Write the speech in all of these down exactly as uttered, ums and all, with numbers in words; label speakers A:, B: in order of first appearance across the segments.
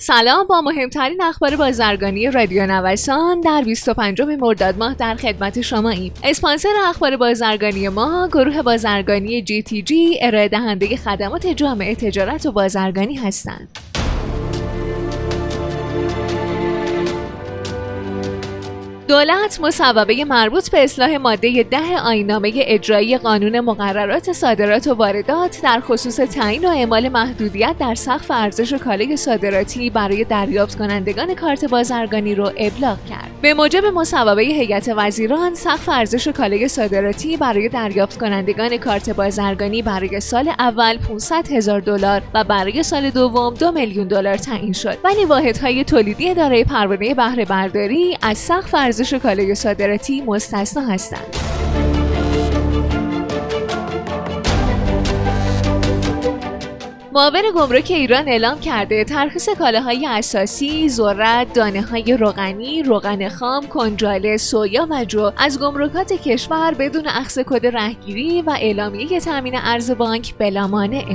A: سلام، با مهمترین اخبار بازرگانی رادیو نوسان در بیست و پنجم مرداد ماه در خدمت شماییم. اسپانسر اخبار بازرگانی ما گروه بازرگانی جی تی جی ارائه دهنده خدمات جامعه تجارت و بازرگانی هستند. دولت مصوبه مربوط به اصلاح ماده ده آیین‌نامه اجرایی قانون مقررات صادرات و واردات در خصوص تعیین و اعمال محدودیت در سقف ارزش کالای صادراتی برای دریافت کنندگان کارت بازرگانی را ابلاغ کرد. به موجب مصوبه هیئت وزیران، سقف ارزش کالای صادراتی برای دریافت کنندگان کارت بازرگانی برای سال اول پانصد هزار دلار و برای سال دوم دو میلیون دلار تعیین شد، ولی واحدهای تولیدی دارای پروانه بهره برداری از سقف ارزش کالای صادراتی مستثنا هستند. معاون گمرک ایران اعلام کرده ترخیص کالاهای اساسی، ذرت، دانه‌های روغنی، روغن خام، کنجاله، سویا و جو از گمرکات کشور بدون اخذ کد رهگیری و اعلامیه تامین ارز بانک بلا مانعه.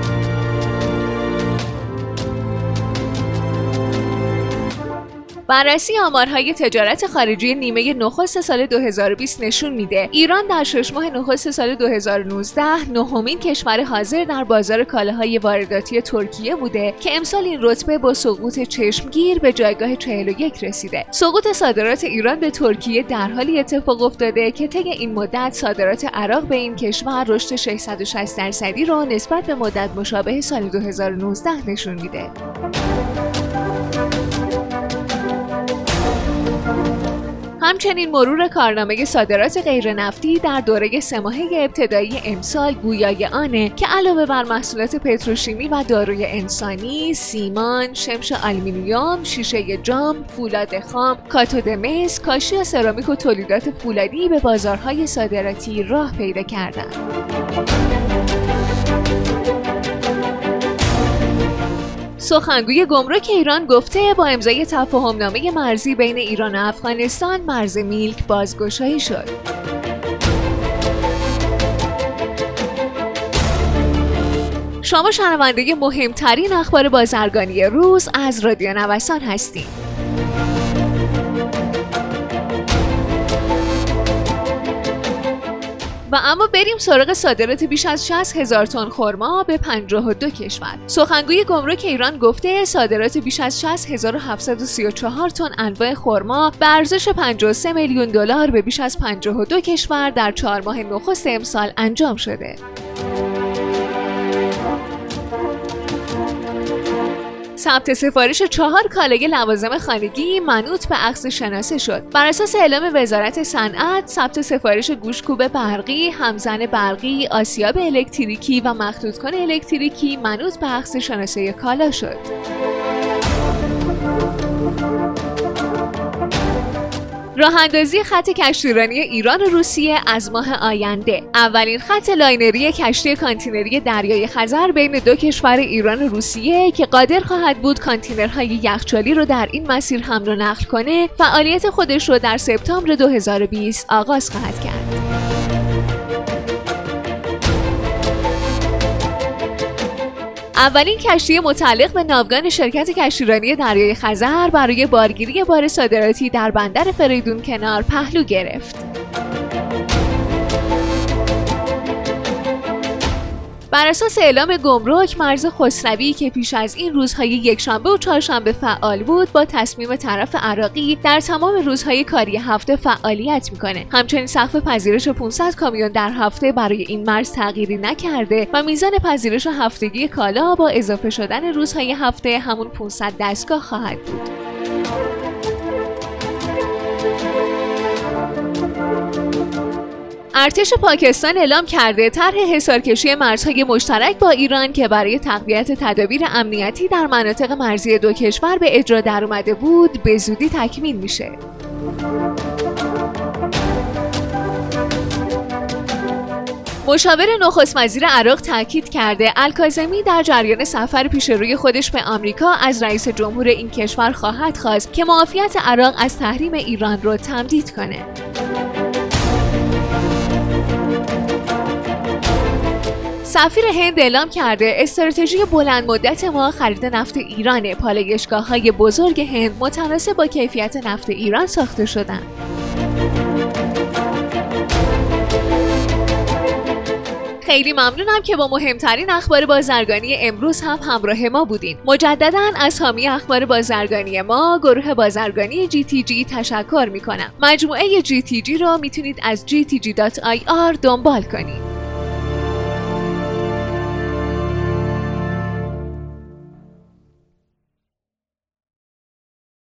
A: بررسی آمارهای تجارت خارجی نیمه نخست سال دو هزار و بیست نشون میده ایران در شش ماه نخست سال دو هزار و نوزده نهمین کشور حاضر در بازار کالاهای وارداتی ترکیه بوده که امسال این رتبه با سقوط چشمگیر به جایگاه چهل و یک رسیده. سقوط صادرات ایران به ترکیه در حالی اتفاق افتاده که طی این مدت صادرات عراق به این کشور رشد ششصد و شصت درصدی را نسبت به مدت مشابه سال دو هزار و نوزده نشون میده. همچنین مرور کارنامه صادرات غیر نفتی در دوره سه ماهه ابتدایی امسال گویای آنه که علاوه بر محصولات پتروشیمی و داروی انسانی، سیمان، شمش آلومینیوم، شیشه جام، فولاد خام، کاتود مس، کاشی و سرامیک و تولیدات فولادی به بازارهای صادراتی راه پیدا کردند. سخنگوی گمرک ایران گفته با امضای تفاهمنامه مرزی بین ایران و افغانستان مرز میلک بازگشایی شد. شما شنونده مهمترین اخبار بازرگانی روز از رادیو نوسان هستید. و اما بریم سراغ صادرات بیش از شصت هزار تن خرما به پنجاه و دو کشور. سخنگوی گمرک ایران گفته صادرات بیش از شصت هزار و هفتصد و سی و چهار تن انواع خرما به ارزش پنجاه و سه میلیون دلار به بیش از پنجاه و دو کشور در چهار ماه نخست امسال انجام شده. ثبت سفارش چهار کالای لوازم خانگی منوط به اخذ شناسه شد. بر اساس اعلام وزارت صنعت، ثبت سفارش گوشکوب برقی، همزن برقی، آسیاب الکتریکی و مخلوط کن الکتریکی منوط به اخذ شناسه کالا شد. راه اندازی خط کشتیرانی ایران و روسیه از ماه آینده. اولین خط لاینری کشتی کانتینری دریای خزر بین دو کشور ایران و روسیه که قادر خواهد بود کانتینرهای یخچالی رو در این مسیر حمل و نقل کنه، فعالیت خودش رو در سپتامبر دو هزار و بیست آغاز خواهد کرد. اولین کشتی متعلق به ناوگان شرکت کشتیرانی دریای خزر برای بارگیری بار صادراتی در بندر فریدون کنار پهلو گرفت. بر اساس اعلام گمرک، مرز خسروی که پیش از این روزهای یکشنبه و چهارشنبه فعال بود، با تصمیم طرف عراقی در تمام روزهای کاری هفته فعالیت میکنه. همچنین سقف پذیرش پانصد کامیون در هفته برای این مرز تغییری نکرده و میزان پذیرش هفتگی کالا با اضافه شدن روزهای هفته همون پانصد دستگاه خواهد بود. ارتش پاکستان اعلام کرده طرح حصارکشی مرزهای مشترک با ایران که برای تقویت تدابیر امنیتی در مناطق مرزی دو کشور به اجرا در اومده بود به زودی تکمیل میشه. مشاور نخست وزیر عراق تاکید کرده الکاظمی در جریان سفر پیش روی خودش به آمریکا از رئیس جمهور این کشور خواهد خواست که معافیت عراق از تحریم ایران رو تمدید کنه. سفیر هند اعلام کرده استراتژی بلند مدت ما خرید نفت ایرانه. پالایشگاه‌های بزرگ هند متناسب با کیفیت نفت ایران ساخته شدند. خیلی ممنونم که با مهمترین اخبار بازرگانی امروز هم همراه ما بودین. مجدداً از حامی اخبار بازرگانی ما، گروه بازرگانی جی تی جی تشکر میکنم. مجموعه جی تی جی رو میتونید از جی تی جی دات آی آر دنبال کنید.